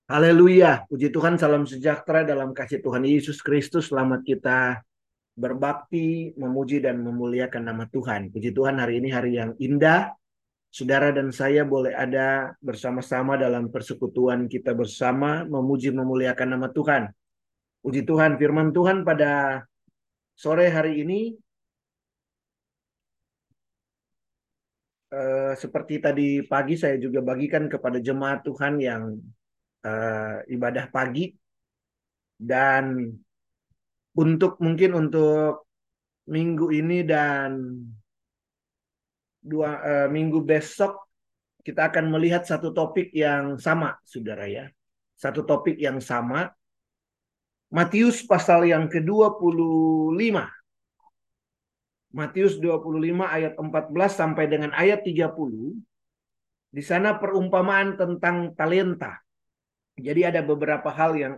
Haleluya, puji Tuhan, salam sejahtera dalam kasih Tuhan Yesus Kristus. Selamat kita berbakti, memuji dan memuliakan nama Tuhan. Puji Tuhan, hari ini hari yang indah. Saudara dan saya boleh ada bersama-sama dalam persekutuan kita bersama, memuji memuliakan nama Tuhan. Puji Tuhan, firman Tuhan pada sore hari ini, seperti tadi pagi saya juga bagikan kepada jemaat Tuhan yang ibadah pagi. Dan untuk minggu ini dan minggu besok kita akan melihat satu topik yang sama, saudara ya. Satu topik yang sama. Matius pasal yang ke-25. Matius 25 ayat 14 sampai dengan ayat 30. Di sana perumpamaan tentang talenta. Jadi ada beberapa hal yang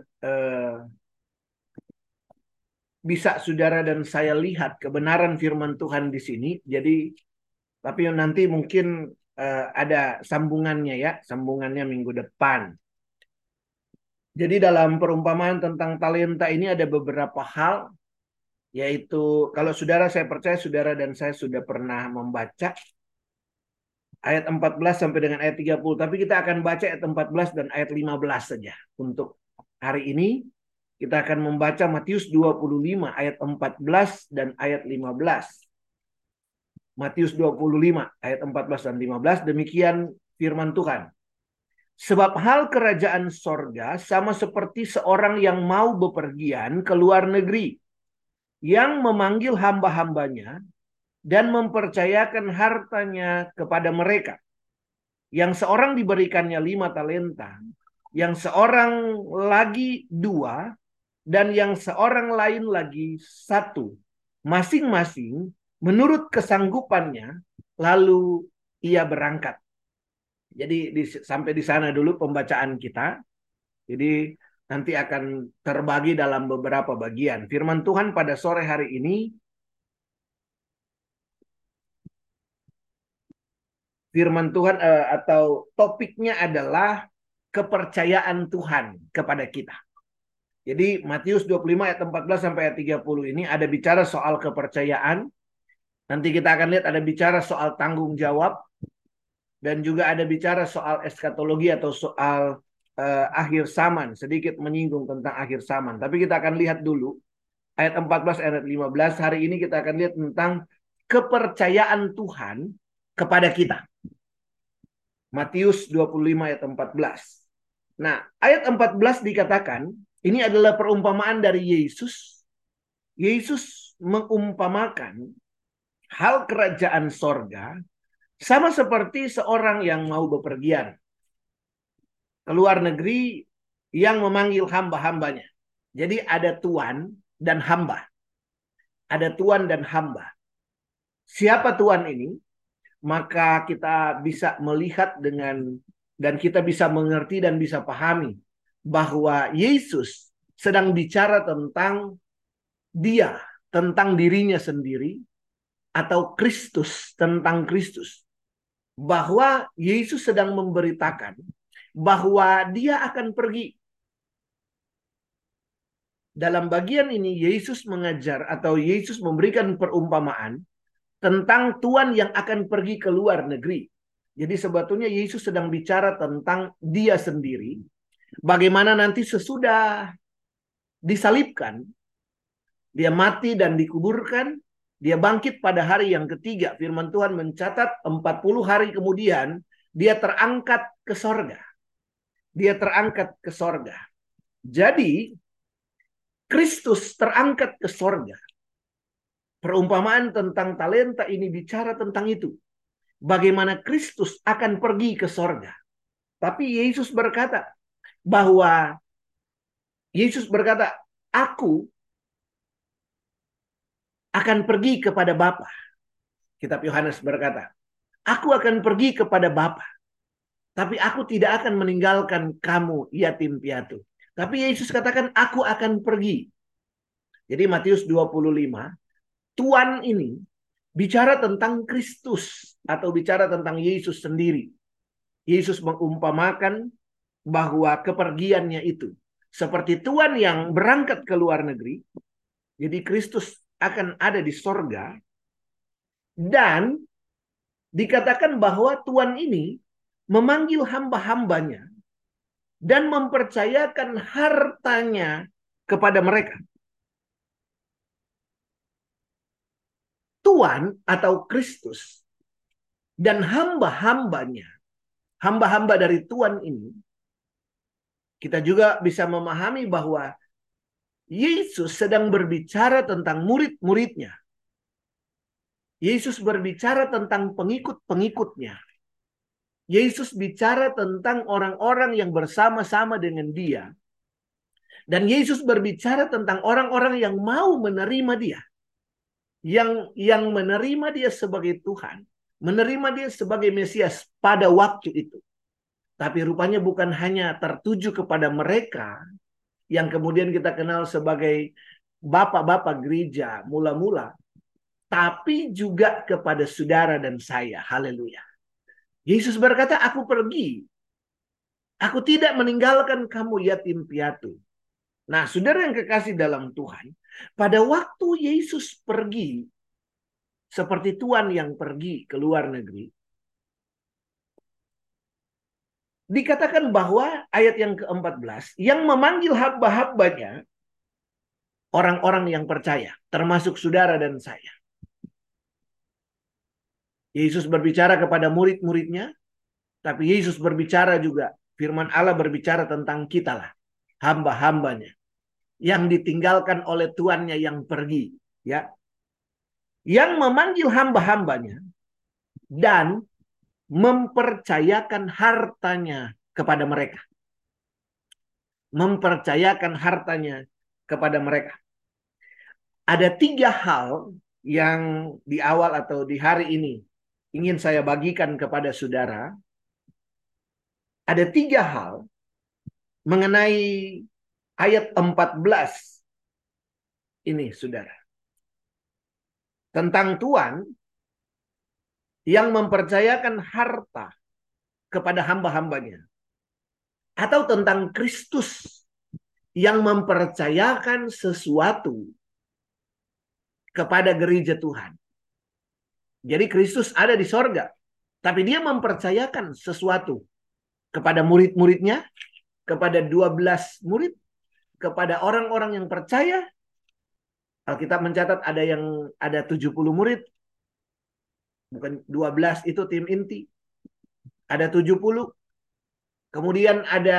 bisa saudara dan saya lihat kebenaran firman Tuhan di sini. Jadi tapi nanti mungkin ada sambungannya ya, sambungannya minggu depan. Jadi dalam perumpamaan tentang talenta ini ada beberapa hal, yaitu kalau saudara, saya percaya saudara dan saya sudah pernah membaca ayat 14 sampai dengan ayat 30. Tapi kita akan baca ayat 14 dan ayat 15 saja. Untuk hari ini kita akan membaca Matius 25 ayat 14 dan ayat 15. Matius 25 ayat 14 dan 15, demikian firman Tuhan. Sebab hal kerajaan sorga sama seperti seorang yang mau bepergian ke luar negeri, yang memanggil hamba-hambanya dan mempercayakan hartanya kepada mereka. Yang seorang diberikannya 5 talenta, yang seorang lagi 2, dan yang seorang lain lagi 1. Masing-masing menurut kesanggupannya, lalu ia berangkat. Jadi sampai di sana dulu pembacaan kita. Jadi nanti akan terbagi dalam beberapa bagian. Firman Tuhan pada sore hari ini, firman Tuhan atau topiknya adalah kepercayaan Tuhan kepada kita. Jadi Matius 25 ayat 14 sampai ayat 30 ini ada bicara soal kepercayaan. Nanti kita akan lihat ada bicara soal tanggung jawab. Dan juga ada bicara soal eskatologi atau soal akhir zaman. Sedikit menyinggung tentang akhir zaman. Tapi kita akan lihat dulu ayat 14, ayat 15. Hari ini kita akan lihat tentang kepercayaan Tuhan kepada kita. Matius 25 ayat 14. Nah, ayat 14 dikatakan, ini adalah perumpamaan dari Yesus. Yesus mengumpamakan hal kerajaan sorga sama seperti seorang yang mau bepergian ke luar negeri yang memanggil hamba-hambanya. Jadi ada tuan dan hamba. Ada tuan dan hamba. Siapa tuan ini? Maka kita bisa melihat dan kita bisa mengerti dan bisa pahami bahwa Yesus sedang bicara tentang dia, tentang dirinya sendiri, atau Kristus, tentang Kristus. Bahwa Yesus sedang memberitakan bahwa dia akan pergi. Dalam bagian ini Yesus mengajar atau Yesus memberikan perumpamaan tentang tuan yang akan pergi ke luar negeri. Jadi sebetulnya Yesus sedang bicara tentang dia sendiri. Bagaimana nanti sesudah disalibkan, dia mati dan dikuburkan, dia bangkit pada hari yang ketiga. Firman Tuhan mencatat 40 hari kemudian dia terangkat ke sorga. Dia terangkat ke sorga. Jadi Kristus terangkat ke sorga. Perumpamaan tentang talenta ini bicara tentang itu. Bagaimana Kristus akan pergi ke sorga. Tapi Yesus berkata bahwa aku akan pergi kepada Bapa. Kitab Yohanes berkata, aku akan pergi kepada Bapa. Tapi aku tidak akan meninggalkan kamu yatim piatu. Tapi Yesus katakan, aku akan pergi. Jadi Matius 25, Tuhan ini bicara tentang Kristus atau bicara tentang Yesus sendiri. Yesus mengumpamakan bahwa kepergiannya itu seperti Tuhan yang berangkat ke luar negeri. Jadi Kristus akan ada di sorga. Dan dikatakan bahwa Tuhan ini memanggil hamba-hambanya dan mempercayakan hartanya kepada mereka. Tuhan atau Kristus dan hamba-hambanya, hamba-hamba dari Tuhan ini, kita juga bisa memahami bahwa Yesus sedang berbicara tentang murid-muridnya. Yesus berbicara tentang pengikut-pengikutnya. Yesus bicara tentang orang-orang yang bersama-sama dengan dia. Dan Yesus berbicara tentang orang-orang yang mau menerima dia. Yang menerima dia sebagai Tuhan. Menerima dia sebagai Mesias pada waktu itu. Tapi rupanya bukan hanya tertuju kepada mereka yang kemudian kita kenal sebagai bapak-bapak gereja mula-mula. Tapi juga kepada saudara dan saya. Haleluya. Yesus berkata, aku pergi. Aku tidak meninggalkan kamu yatim piatu. Nah, saudara yang kekasih dalam Tuhan, pada waktu Yesus pergi, seperti Tuhan yang pergi ke luar negeri, dikatakan bahwa ayat yang ke-14, yang memanggil hamba-hambanya, orang-orang yang percaya, termasuk saudara dan saya. Yesus berbicara kepada murid-muridnya, tapi Yesus berbicara juga, firman Allah berbicara tentang kita lah, hamba-hambanya, yang ditinggalkan oleh tuannya yang pergi, ya, yang memanggil hamba-hambanya dan mempercayakan hartanya kepada mereka. Mempercayakan hartanya kepada mereka. Ada 3 hal yang di awal atau di hari ini ingin saya bagikan kepada saudara. Ada 3 hal mengenai ayat 14 ini, saudara. Tentang Tuhan yang mempercayakan harta kepada hamba-hambanya. Atau tentang Kristus yang mempercayakan sesuatu kepada gereja Tuhan. Jadi Kristus ada di sorga. Tapi dia mempercayakan sesuatu kepada murid-muridnya, kepada 12 murid, kepada orang-orang yang percaya. Alkitab mencatat ada 70 murid. Bukan 12 itu tim inti. Ada 70. Kemudian ada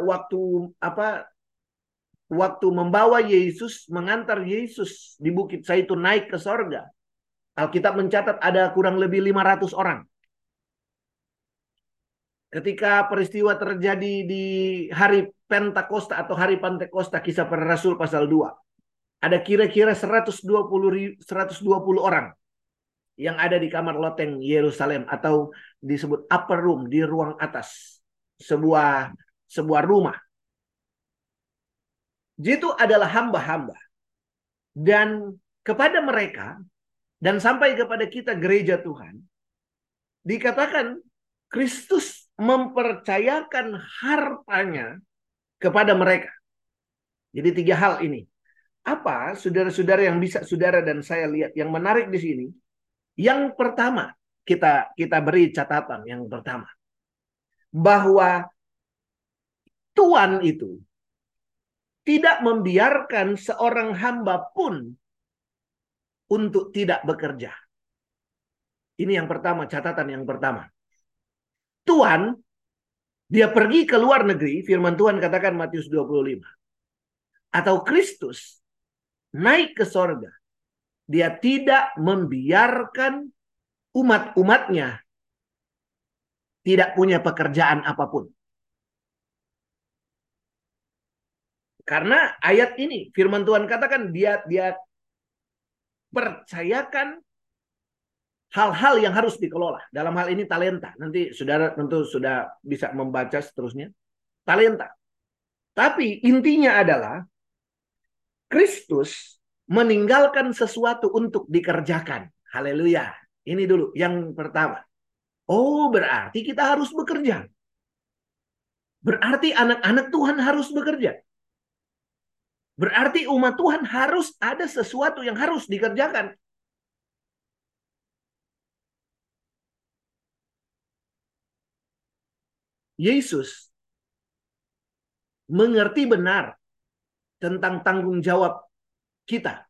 waktu membawa Yesus, mengantar Yesus di Bukit Zaitun naik ke sorga. Alkitab mencatat ada kurang lebih 500 orang. Ketika peristiwa terjadi di hari Pentakosta atau hari Pentakosta, Kisah Para Rasul pasal 2. Ada kira-kira 120 orang yang ada di kamar loteng Yerusalem atau disebut upper room, di ruang atas sebuah rumah. Itu adalah hamba-hamba. Dan kepada mereka dan sampai kepada kita gereja Tuhan, dikatakan Kristus mempercayakan hartanya kepada mereka. Jadi 3 hal ini. Apa saudara-saudara yang bisa saudara dan saya lihat yang menarik di sini? Yang pertama, kita beri catatan yang pertama. Bahwa Tuhan itu tidak membiarkan seorang hamba pun untuk tidak bekerja. Ini yang pertama, catatan yang pertama. Tuhan, dia pergi ke luar negeri, firman Tuhan katakan Matius 25. Atau Kristus naik ke sorga. Dia tidak membiarkan umat-umatnya tidak punya pekerjaan apapun. Karena ayat ini, firman Tuhan katakan dia percayakan hal-hal yang harus dikelola. Dalam hal ini talenta. Nanti saudara tentu sudah bisa membaca seterusnya. Talenta. Tapi intinya adalah Kristus meninggalkan sesuatu untuk dikerjakan. Haleluya. Ini dulu yang pertama. Oh, berarti kita harus bekerja. Berarti anak-anak Tuhan harus bekerja. Berarti umat Tuhan harus ada sesuatu yang harus dikerjakan. Yesus mengerti benar tentang tanggung jawab kita.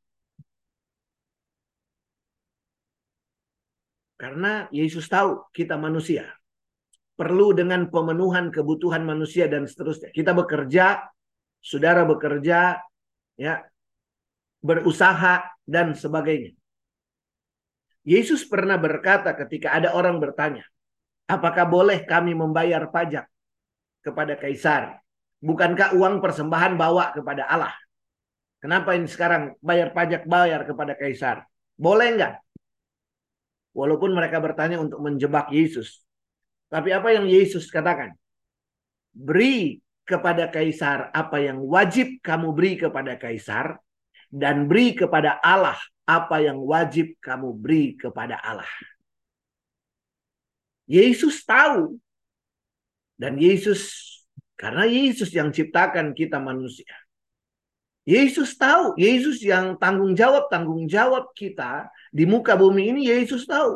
Karena Yesus tahu kita manusia. Perlu dengan pemenuhan kebutuhan manusia dan seterusnya. Kita bekerja, saudara bekerja, ya, berusaha dan sebagainya. Yesus pernah berkata ketika ada orang bertanya, apakah boleh kami membayar pajak kepada kaisar? Bukankah uang persembahan bawa kepada Allah? Kenapa ini sekarang bayar pajak bayar kepada kaisar? Boleh enggak? Walaupun mereka bertanya untuk menjebak Yesus. Tapi apa yang Yesus katakan? Beri kepada kaisar apa yang wajib kamu beri kepada kaisar, dan beri kepada Allah apa yang wajib kamu beri kepada Allah. Yesus tahu, dan karena Yesus yang ciptakan kita manusia. Yesus tahu, Yesus yang tanggung jawab kita di muka bumi ini, Yesus tahu.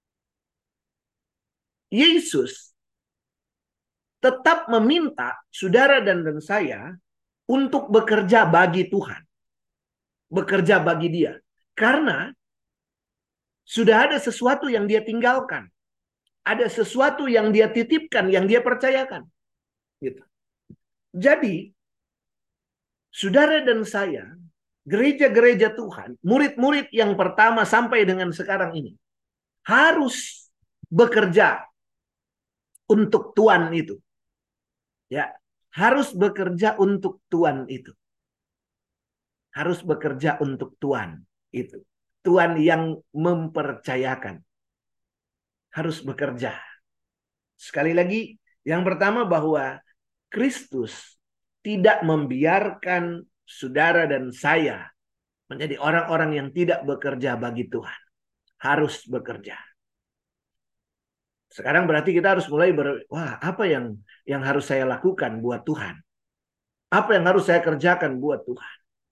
Yesus tetap meminta saudara dan saya untuk bekerja bagi Tuhan. Bekerja bagi Dia. Karena sudah ada sesuatu yang Dia tinggalkan. Ada sesuatu yang Dia titipkan, yang Dia percayakan. Gitu. Jadi, saudara dan saya, gereja-gereja Tuhan, murid-murid yang pertama sampai dengan sekarang ini, harus bekerja untuk Tuhan itu. Ya, harus bekerja untuk Tuhan itu. Harus bekerja untuk Tuhan itu. Tuhan yang mempercayakan. Harus bekerja. Sekali lagi, yang pertama bahwa Kristus tidak membiarkan saudara dan saya menjadi orang-orang yang tidak bekerja bagi Tuhan. Harus bekerja. Sekarang berarti kita harus mulai wah, apa yang harus saya lakukan buat Tuhan? Apa yang harus saya kerjakan buat Tuhan?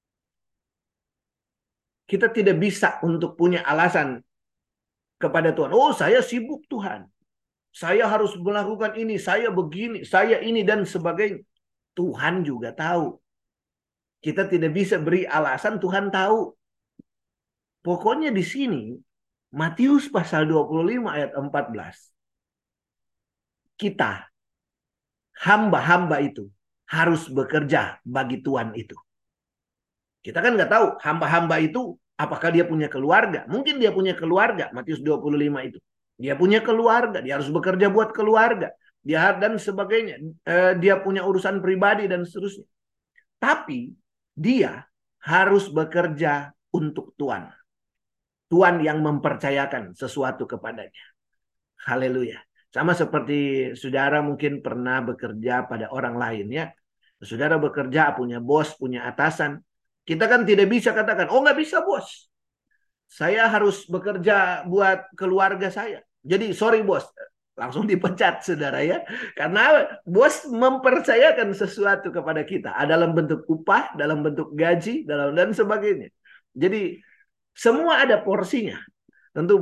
Kita tidak bisa untuk punya alasan kepada Tuhan. Oh, saya sibuk Tuhan. Saya harus melakukan ini, saya begini, saya ini dan sebagainya. Tuhan juga tahu. Kita tidak bisa beri alasan, Tuhan tahu. Pokoknya di sini Matius pasal 25 ayat 14. Kita hamba-hamba itu harus bekerja bagi Tuhan itu. Kita kan nggak tahu hamba-hamba itu apakah dia punya keluarga. Mungkin dia punya keluarga, Matius 25 itu. Dia punya keluarga, dia harus bekerja buat keluarga. Dia dan sebagainya. Dia punya urusan pribadi dan seterusnya. Tapi dia harus bekerja untuk Tuhan. Tuhan yang mempercayakan sesuatu kepadanya. Haleluya. Sama seperti saudara mungkin pernah bekerja pada orang lain ya. Saudara bekerja, punya bos, punya atasan. Kita kan tidak bisa katakan, oh nggak bisa bos. Saya harus bekerja buat keluarga saya. Jadi sorry bos, langsung dipecat saudara ya. Karena bos mempercayakan sesuatu kepada kita. Dalam bentuk upah, dalam bentuk gaji, dan sebagainya. Jadi semua ada porsinya. Tentu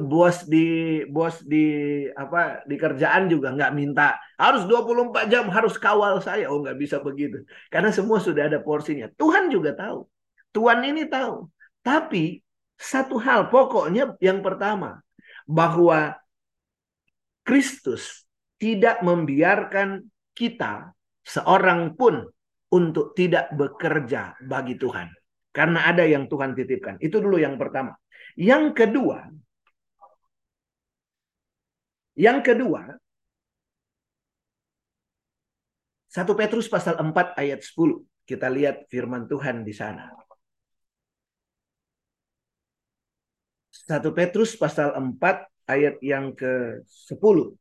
bos di kerjaan juga nggak minta harus 24 jam harus kawal saya. Oh nggak bisa begitu. Karena semua sudah ada porsinya. Tuhan juga tahu. Tuhan ini tahu. Tapi satu hal pokoknya yang pertama. Bahwa Kristus tidak membiarkan kita seorang pun untuk tidak bekerja bagi Tuhan. Karena ada yang Tuhan titipkan. Itu dulu yang pertama. Yang kedua, 1 Petrus pasal 4 ayat 10. Kita lihat firman Tuhan di sana. 1 Petrus pasal 4 ayat yang ke-10.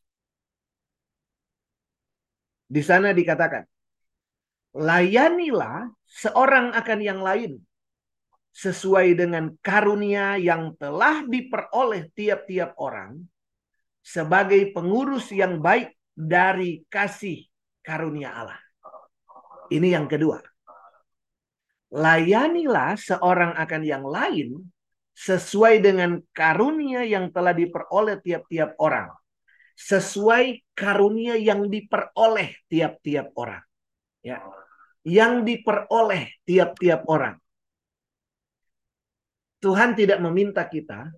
Di sana dikatakan, layanilah seorang akan yang lain sesuai dengan karunia yang telah diperoleh tiap-tiap orang sebagai pengurus yang baik dari kasih karunia Allah. Ini yang kedua. Layanilah seorang akan yang lain sesuai dengan karunia yang telah diperoleh tiap-tiap orang. Sesuai karunia yang diperoleh tiap-tiap orang. Ya. Yang diperoleh tiap-tiap orang. Tuhan tidak meminta kita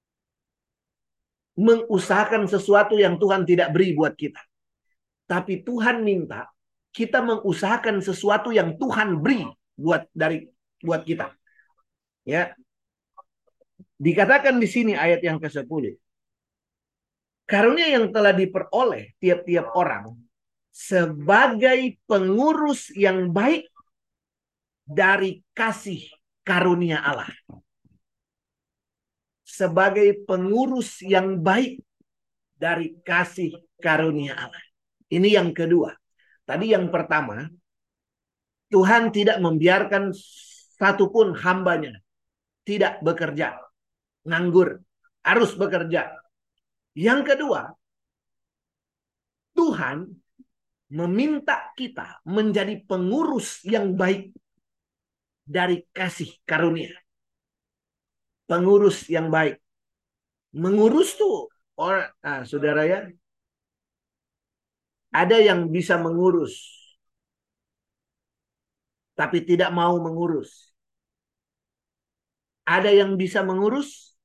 mengusahakan sesuatu yang Tuhan tidak beri buat kita. Tapi Tuhan minta kita mengusahakan sesuatu yang Tuhan beri buat kita. Ya. Dikatakan di sini ayat yang ke-10. Karunia yang telah diperoleh tiap-tiap orang sebagai pengurus yang baik dari kasih karunia Allah. Sebagai pengurus yang baik dari kasih karunia Allah. Ini yang kedua. Tadi yang pertama, Tuhan tidak membiarkan satupun hambanya tidak bekerja, nganggur, harus bekerja. Yang kedua, Tuhan meminta kita menjadi pengurus yang baik dari kasih karunia. Pengurus yang baik. Mengurus tuh orang, saudara ya, ada yang bisa mengurus, tapi tidak mau mengurus. Ada yang bisa mengurus,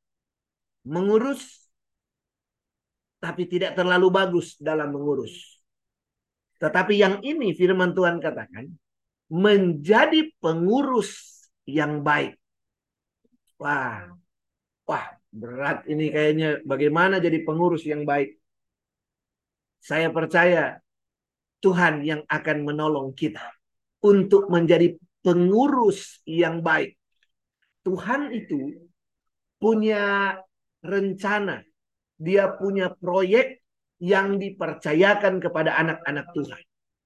tapi tidak terlalu bagus dalam mengurus. Tetapi yang ini firman Tuhan katakan, menjadi pengurus yang baik. Wah, berat ini kayaknya, bagaimana jadi pengurus yang baik. Saya percaya Tuhan yang akan menolong kita untuk menjadi pengurus yang baik. Tuhan itu punya rencana. Dia punya proyek yang dipercayakan kepada anak-anak Tuhan.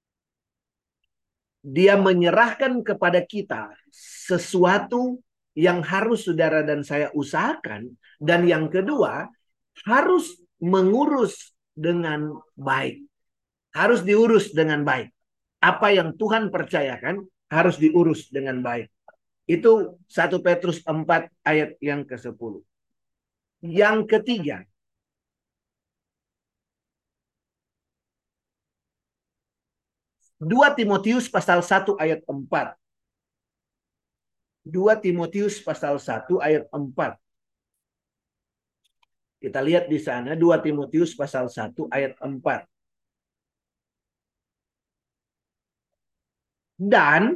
Dia menyerahkan kepada kita sesuatu yang harus saudara dan saya usahakan. Dan yang kedua, harus mengurus dengan baik. Harus diurus dengan baik. Apa yang Tuhan percayakan harus diurus dengan baik. Itu 1 Petrus 4 ayat yang ke-10. Yang ketiga, 2 Timotius pasal 1 ayat 4. 2 Timotius pasal 1 ayat 4. Kita lihat di sana 2 Timotius pasal 1 ayat 4. Dan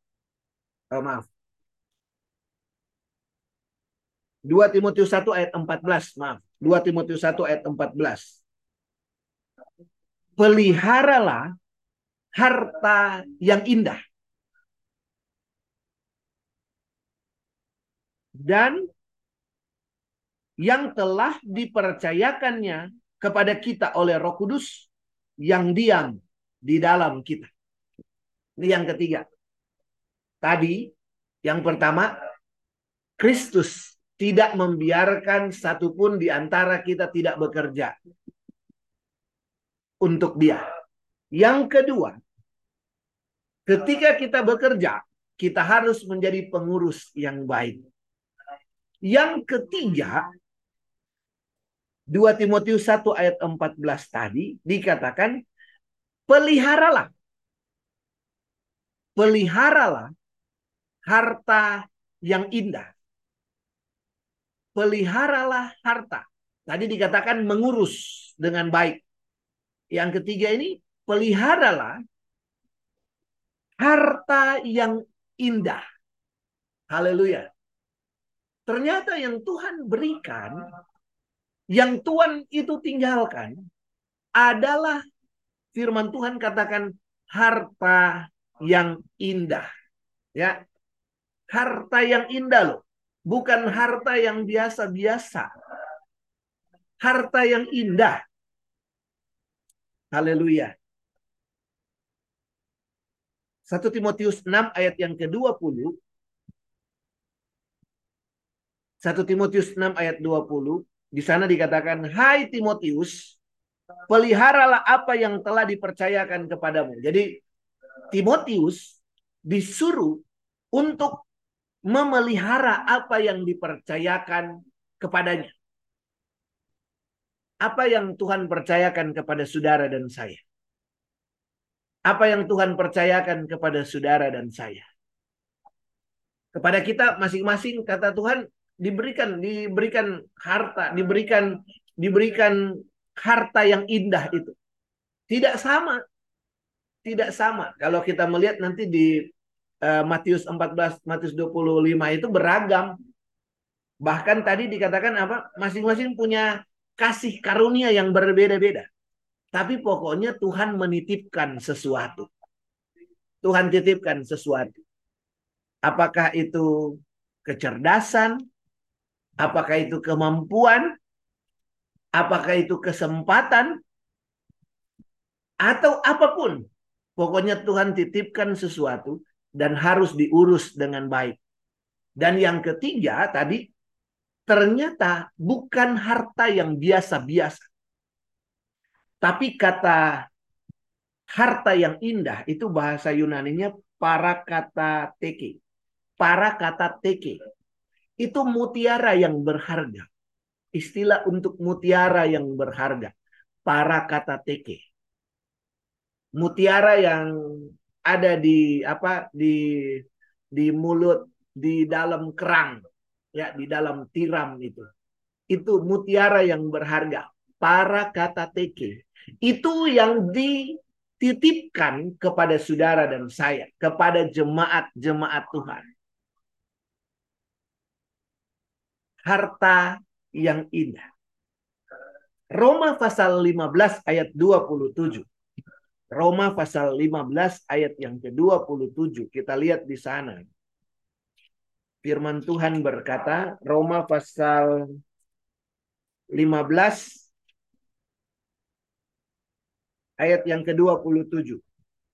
2 Timotius 1 ayat 14, 2 Timotius 1 ayat 14. Peliharalah harta yang indah dan yang telah dipercayakannya kepada kita oleh Roh Kudus yang diam di dalam kita. Ini yang ketiga. Tadi yang pertama, Kristus tidak membiarkan satupun di antara kita tidak bekerja untuk Dia. Yang kedua, ketika kita bekerja, kita harus menjadi pengurus yang baik. Yang ketiga, 2 Timotius 1 ayat 14 tadi dikatakan, peliharalah harta yang indah. Peliharalah harta. Tadi dikatakan mengurus dengan baik. Yang ketiga ini, peliharalah harta yang indah. Haleluya. Ternyata yang Tuhan berikan, yang Tuhan itu tinggalkan, adalah firman Tuhan katakan harta yang indah. Ya, harta yang indah loh. Bukan harta yang biasa-biasa. Harta yang indah. Haleluya. 1 Timotius 6 ayat yang ke-20. 1 Timotius 6 ayat 20. Di sana dikatakan, hai Timotius, peliharalah apa yang telah dipercayakan kepadamu. Jadi Timotius disuruh untuk memelihara apa yang dipercayakan kepadanya. Apa yang Tuhan percayakan kepada saudara dan saya? Apa yang Tuhan percayakan kepada saudara dan saya? Kepada kita masing-masing, kata Tuhan, diberikan harta, diberikan harta yang indah itu. Tidak sama, tidak sama. Kalau kita melihat nanti di Matius 14, Matius 25 itu beragam. Bahkan tadi dikatakan apa? Masing-masing punya kasih karunia yang berbeda-beda. Tapi pokoknya Tuhan menitipkan sesuatu. Tuhan titipkan sesuatu. Apakah itu kecerdasan? Apakah itu kemampuan? Apakah itu kesempatan? Atau apapun. Pokoknya Tuhan titipkan sesuatu dan harus diurus dengan baik. Dan yang ketiga tadi, ternyata bukan harta yang biasa-biasa. Tapi kata harta yang indah itu bahasa Yunaninya parakatateke. Parakatateke. Itu mutiara yang berharga. Istilah untuk mutiara yang berharga. Parakatateke. Mutiara yang ada di mulut, di dalam kerang, ya, di dalam tiram itu. Itu mutiara yang berharga. Parakatateke. Itu yang dititipkan kepada saudara dan saya, kepada jemaat-jemaat Tuhan. Harta yang indah. Roma pasal 15 ayat 27. Roma pasal 15 ayat yang ke-27. Kita lihat di sana. Firman Tuhan berkata, Roma pasal 15 ayat yang ke-27.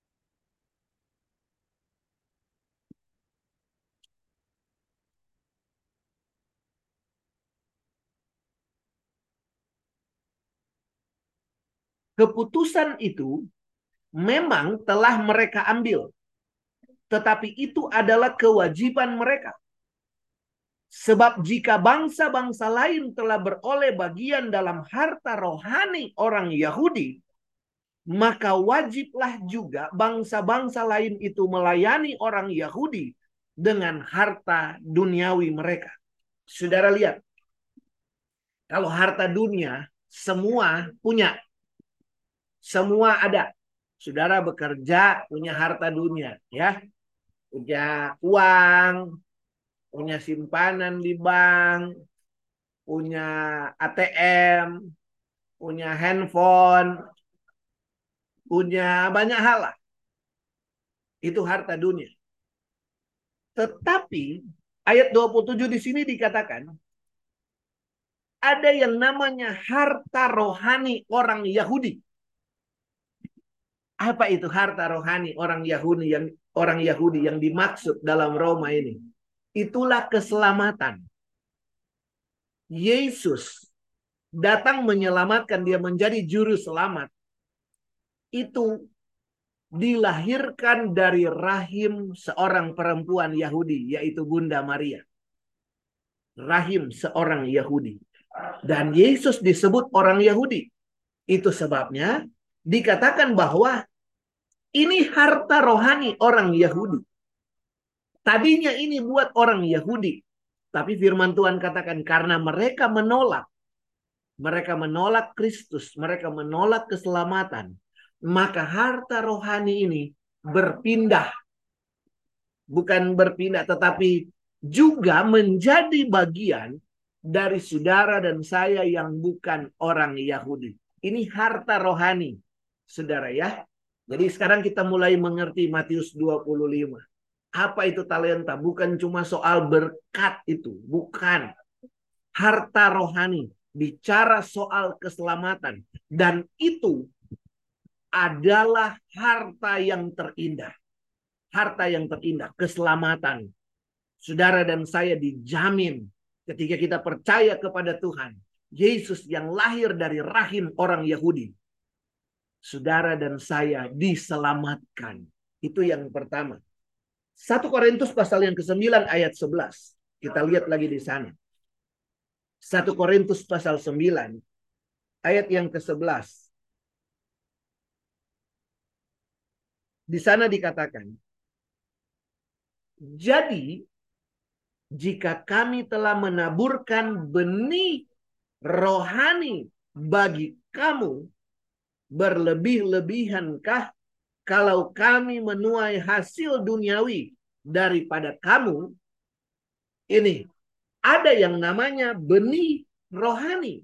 Keputusan itu memang telah mereka ambil. Tetapi itu adalah kewajiban mereka. Sebab jika bangsa-bangsa lain telah beroleh bagian dalam harta rohani orang Yahudi, maka wajiblah juga bangsa-bangsa lain itu melayani orang Yahudi dengan harta duniawi mereka. Saudara lihat, kalau harta dunia semua punya, semua ada. Saudara bekerja punya harta dunia, ya, punya uang, punya simpanan di bank, punya ATM, punya handphone, punya banyak hal lah. Itu harta dunia. Tetapi ayat 27 di sini dikatakan ada yang namanya harta rohani orang Yahudi. Apa itu harta rohani orang Yahudi yang dimaksud dalam Roma ini? Itulah keselamatan. Yesus datang menyelamatkan, dia menjadi juru selamat. Itu dilahirkan dari rahim seorang perempuan Yahudi, yaitu Bunda Maria. Rahim seorang Yahudi. Dan Yesus disebut orang Yahudi. Itu sebabnya dikatakan bahwa ini harta rohani orang Yahudi. Tadinya ini buat orang Yahudi. Tapi firman Tuhan katakan karena mereka menolak Kristus, mereka menolak keselamatan, maka harta rohani ini berpindah. Bukan berpindah, tetapi juga menjadi bagian dari saudara dan saya yang bukan orang Yahudi. Ini harta rohani, saudara ya. Jadi sekarang kita mulai mengerti Matius 25. Apa itu talenta? Bukan cuma soal berkat itu. Bukan. Harta rohani. Bicara soal keselamatan. Dan itu adalah harta yang terindah. Harta yang terindah. Keselamatan. Saudara dan saya dijamin ketika kita percaya kepada Tuhan. Yesus yang lahir dari rahim orang Yahudi. saudara dan saya diselamatkan. Itu yang pertama. 1 Korintus pasal yang ke-9 ayat 11. Kita lihat lagi di sana. 1 Korintus pasal 9 ayat yang ke-11. Di sana dikatakan, jadi jika kami telah menaburkan benih rohani bagi kamu, berlebih-lebihankah kalau kami menuai hasil duniawi daripada kamu? Ini ada yang namanya benih rohani.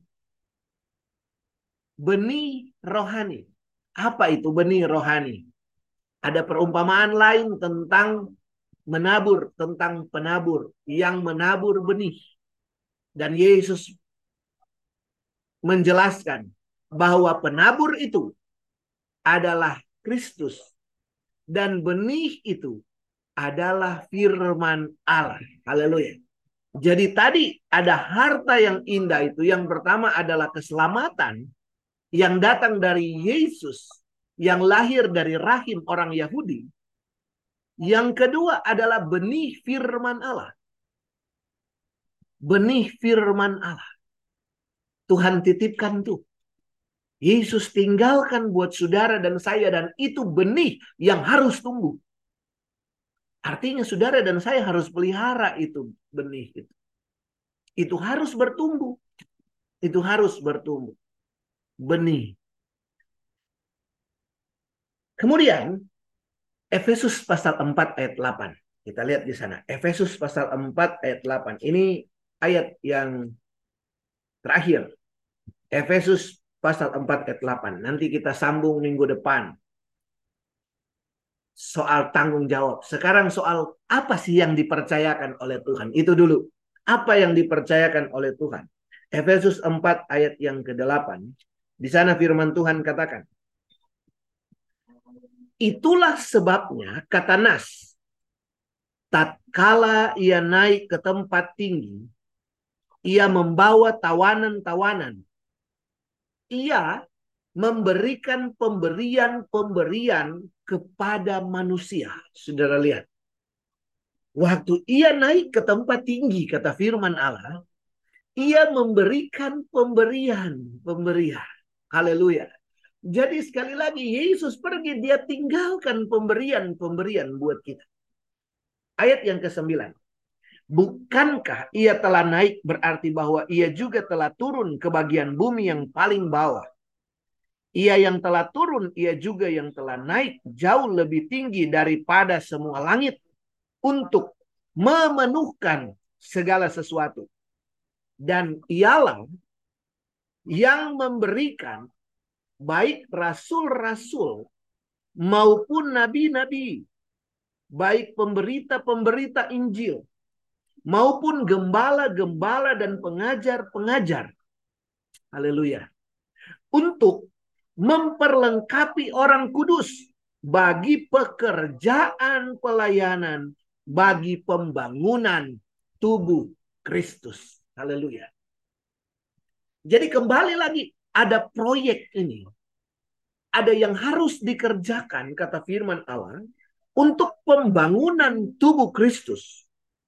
Benih rohani. Apa itu benih rohani? Ada perumpamaan lain tentang menabur, tentang penabur yang menabur benih. Dan Yesus menjelaskan bahwa penabur itu adalah Kristus dan benih itu adalah firman Allah. Haleluya. Jadi tadi ada harta yang indah itu. Yang pertama adalah keselamatan yang datang dari Yesus, yang lahir dari rahim orang Yahudi. Yang kedua adalah benih firman Allah. Benih firman Allah. Tuhan titipkan tuh. Yesus tinggalkan buat saudara dan saya, dan itu benih yang harus tumbuh. Artinya saudara dan saya harus pelihara itu benih itu. Itu harus bertumbuh. Itu harus bertumbuh. Benih. Kemudian Efesus pasal 4 ayat 8. Kita lihat di sana. Efesus pasal 4 ayat 8. Ini ayat yang terakhir. Efesus pasal 4 ayat 8. Nanti kita sambung minggu depan. Soal tanggung jawab. Sekarang soal apa sih yang dipercayakan oleh Tuhan. Itu dulu. Apa yang dipercayakan oleh Tuhan. Efesus 4 ayat yang ke-8. Di sana firman Tuhan katakan. Itulah sebabnya, kata Nas, tatkala ia naik ke tempat tinggi, ia membawa tawanan-tawanan. Ia memberikan pemberian-pemberian kepada manusia. Saudara lihat. Waktu ia naik ke tempat tinggi, kata firman Allah, ia memberikan pemberian. Haleluya. Jadi sekali lagi Yesus pergi, dia tinggalkan pemberian buat kita. Ayat yang ke-9. Bukankah ia telah naik berarti bahwa ia juga telah turun ke bagian bumi yang paling bawah. Ia yang telah turun, ia juga yang telah naik jauh lebih tinggi daripada semua langit untuk memenuhkan segala sesuatu. Dan ialah yang memberikan baik rasul-rasul maupun nabi-nabi, baik pemberita-pemberita Injil, maupun gembala-gembala dan pengajar-pengajar. Haleluya. Untuk memperlengkapi orang kudus bagi pekerjaan pelayanan, bagi pembangunan tubuh Kristus. Haleluya. Jadi kembali lagi, ada proyek ini. Ada yang harus dikerjakan, kata firman Allah, untuk pembangunan tubuh Kristus.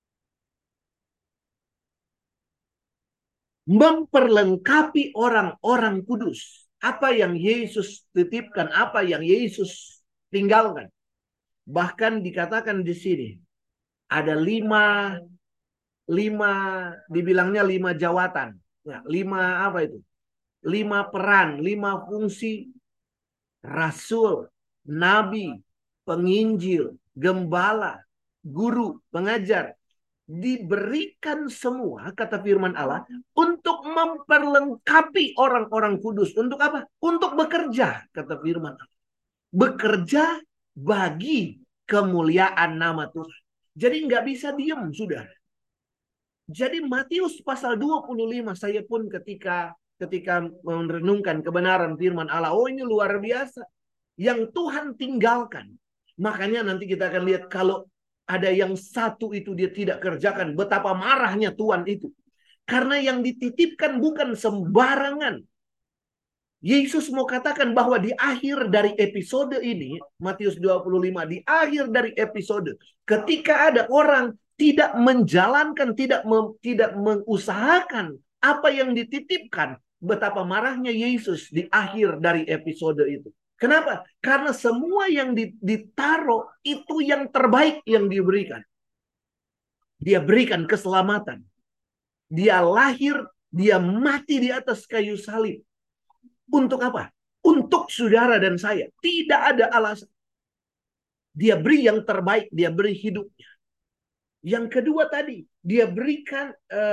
Memperlengkapi orang-orang kudus. Apa yang Yesus titipkan, apa yang Yesus tinggalkan. Bahkan dikatakan di sini, ada lima dibilangnya 5 jawatan. Ya, 5 apa itu? 5 peran, 5 fungsi rasul, nabi, penginjil, gembala, guru, pengajar. Diberikan semua, kata firman Allah, untuk memperlengkapi orang-orang kudus. Untuk apa? Untuk bekerja, kata firman Allah. Bekerja bagi kemuliaan nama Tuhan. Jadi nggak bisa diem, sudah. Jadi Matius pasal 25, saya pun ketika merenungkan kebenaran firman Allah, oh ini luar biasa. Yang Tuhan tinggalkan. Makanya nanti kita akan lihat kalau ada yang satu itu dia tidak kerjakan, betapa marahnya Tuhan itu. Karena yang dititipkan bukan sembarangan. Yesus mau katakan bahwa di akhir dari episode ini, Matius 25, di akhir dari episode, ketika ada orang tidak menjalankan, tidak mengusahakan apa yang dititipkan, betapa marahnya Yesus di akhir dari episode itu. Kenapa? Karena semua yang ditaruh itu yang terbaik yang diberikan. Dia berikan keselamatan. Dia lahir, dia mati di atas kayu salib. Untuk apa? Untuk saudara dan saya. Tidak ada alasan. Dia beri yang terbaik, dia beri hidupnya. Yang kedua tadi, dia berikan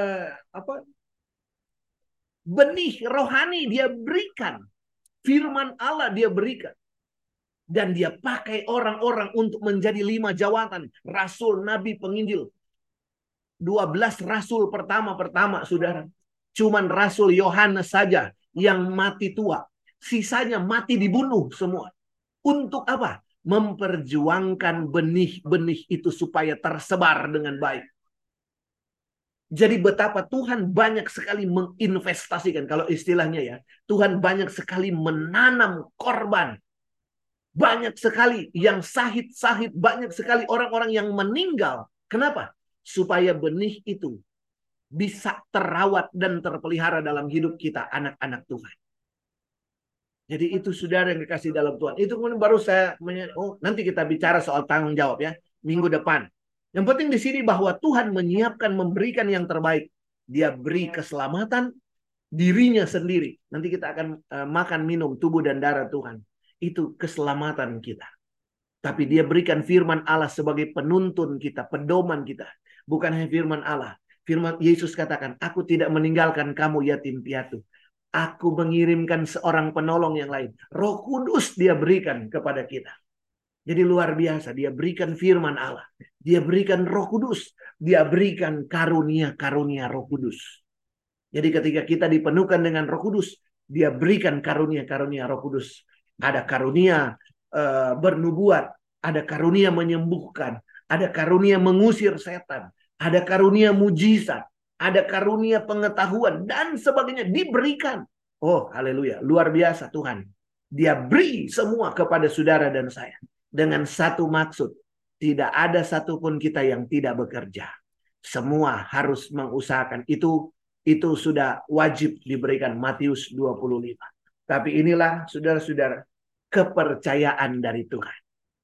benih rohani, dia berikan. Firman Allah dia berikan. Dan dia pakai orang-orang untuk menjadi 5 jawatan. Rasul, Nabi, Penginjil. 12 rasul pertama, saudara. Cuman Rasul Yohanes saja yang mati tua. Sisanya mati dibunuh semua. Untuk apa? Memperjuangkan benih-benih itu supaya tersebar dengan baik. Jadi betapa Tuhan banyak sekali menginvestasikan. Kalau istilahnya ya. Tuhan banyak sekali menanam korban. Banyak sekali yang sahid-sahid. Banyak sekali orang-orang yang meninggal. Kenapa? Supaya benih itu bisa terawat dan terpelihara dalam hidup kita, anak-anak Tuhan. Jadi itu saudara yang dikasih dalam Tuhan. Itu kemudian baru saya, nanti kita bicara soal tanggung jawab ya, minggu depan. Yang penting di sini bahwa Tuhan menyiapkan, memberikan yang terbaik. Dia beri keselamatan dirinya sendiri. Nanti kita akan makan minum tubuh dan darah Tuhan. Itu keselamatan kita. Tapi dia berikan firman Allah sebagai penuntun kita, pedoman kita. Bukan hanya firman Allah. Firman Yesus katakan, aku tidak meninggalkan kamu yatim piatu. Aku mengirimkan seorang penolong yang lain. Roh Kudus dia berikan kepada kita. Jadi luar biasa. Dia berikan firman Allah. Dia berikan Roh Kudus. Dia berikan karunia-karunia Roh Kudus. Jadi ketika kita dipenuhkan dengan Roh Kudus, dia berikan karunia-karunia Roh Kudus. Ada karunia bernubuat, ada karunia menyembuhkan, ada karunia mengusir setan, ada karunia mujizat, ada karunia pengetahuan dan sebagainya diberikan. Oh, haleluya, luar biasa Tuhan. Dia beri semua kepada saudara dan saya dengan satu maksud. Tidak ada satupun kita yang tidak bekerja. Semua harus mengusahakan. Itu sudah wajib diberikan Matius 25. Tapi inilah saudara-saudara kepercayaan dari Tuhan.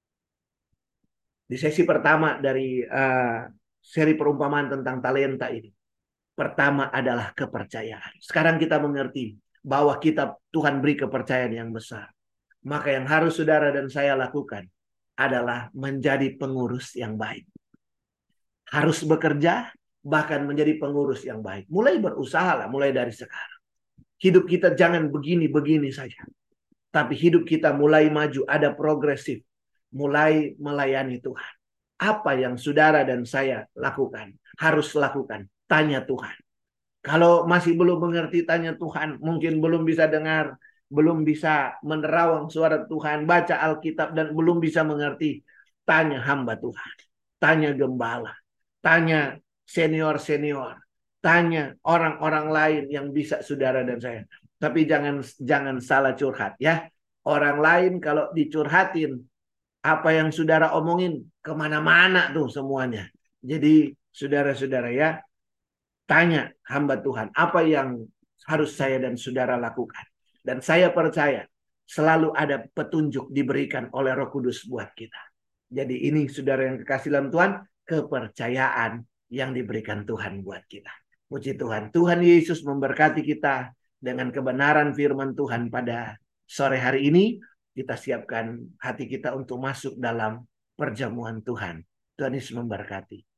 Di sesi pertama dari seri perumpamaan tentang talenta ini. Pertama adalah kepercayaan. Sekarang kita mengerti bahwa Tuhan beri kepercayaan yang besar. Maka yang harus saudara dan saya lakukan adalah menjadi pengurus yang baik. Harus bekerja, bahkan menjadi pengurus yang baik. Mulai berusaha lah, mulai dari sekarang. Hidup kita jangan begini-begini saja. Tapi hidup kita mulai maju, ada progresif. Mulai melayani Tuhan. Apa yang saudara dan saya lakukan, harus lakukan. Tanya Tuhan. Kalau masih belum mengerti, tanya Tuhan. Mungkin belum bisa dengar, belum bisa menerawang suara Tuhan, baca Alkitab, dan belum bisa mengerti. Tanya hamba Tuhan. Tanya gembala. Tanya senior-senior. Tanya orang-orang lain yang bisa saudara dan saya. Tapi jangan salah curhat ya. Orang lain kalau dicurhatin, apa yang saudara omongin kemana-mana tuh semuanya. Jadi saudara-saudara ya, tanya hamba Tuhan, apa yang harus saya dan saudara lakukan. Dan saya percaya selalu ada petunjuk diberikan oleh Roh Kudus buat kita. Jadi ini saudara yang kekasih dalam Tuhan, kepercayaan yang diberikan Tuhan buat kita. Puji Tuhan. Tuhan Yesus memberkati kita dengan kebenaran firman Tuhan pada sore hari ini. Kita siapkan hati kita untuk masuk dalam perjamuan Tuhan. Tuhan Yesus memberkati.